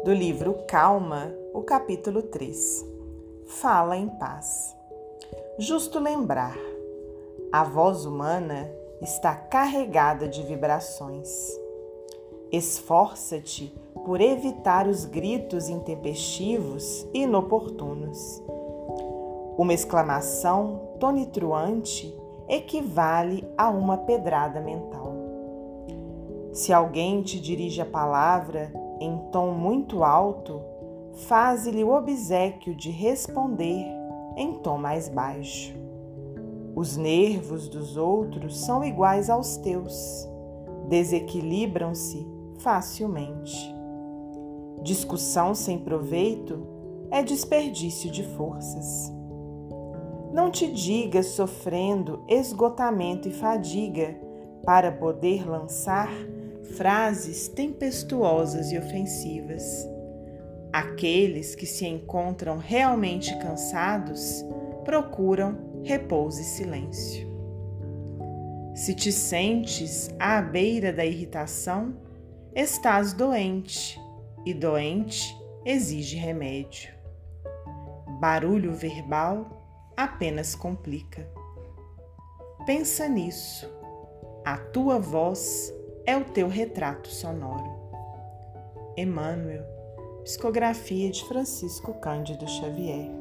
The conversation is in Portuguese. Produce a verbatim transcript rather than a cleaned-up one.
Do livro Calma, o capítulo três. Fala em paz. Justo lembrar, a voz humana está carregada de vibrações. Esforça-te por evitar os gritos intempestivos e inoportunos. Uma exclamação tonitruante equivale a uma pedrada mental. Se alguém te dirige a palavra em tom muito alto, faze-lhe o obséquio de responder em tom mais baixo. Os nervos dos outros são iguais aos teus, desequilibram-se facilmente. Discussão sem proveito é desperdício de forças. Não te digas sofrendo esgotamento e fadiga para poder lançar frases tempestuosas e ofensivas. Aqueles que se encontram realmente cansados procuram repouso e silêncio. Se te sentes à beira da irritação, estás doente, e doente exige remédio. Barulho verbal apenas complica. Pensa nisso. A tua voz é o teu retrato sonoro. Emmanuel, psicografia de Francisco Cândido Xavier.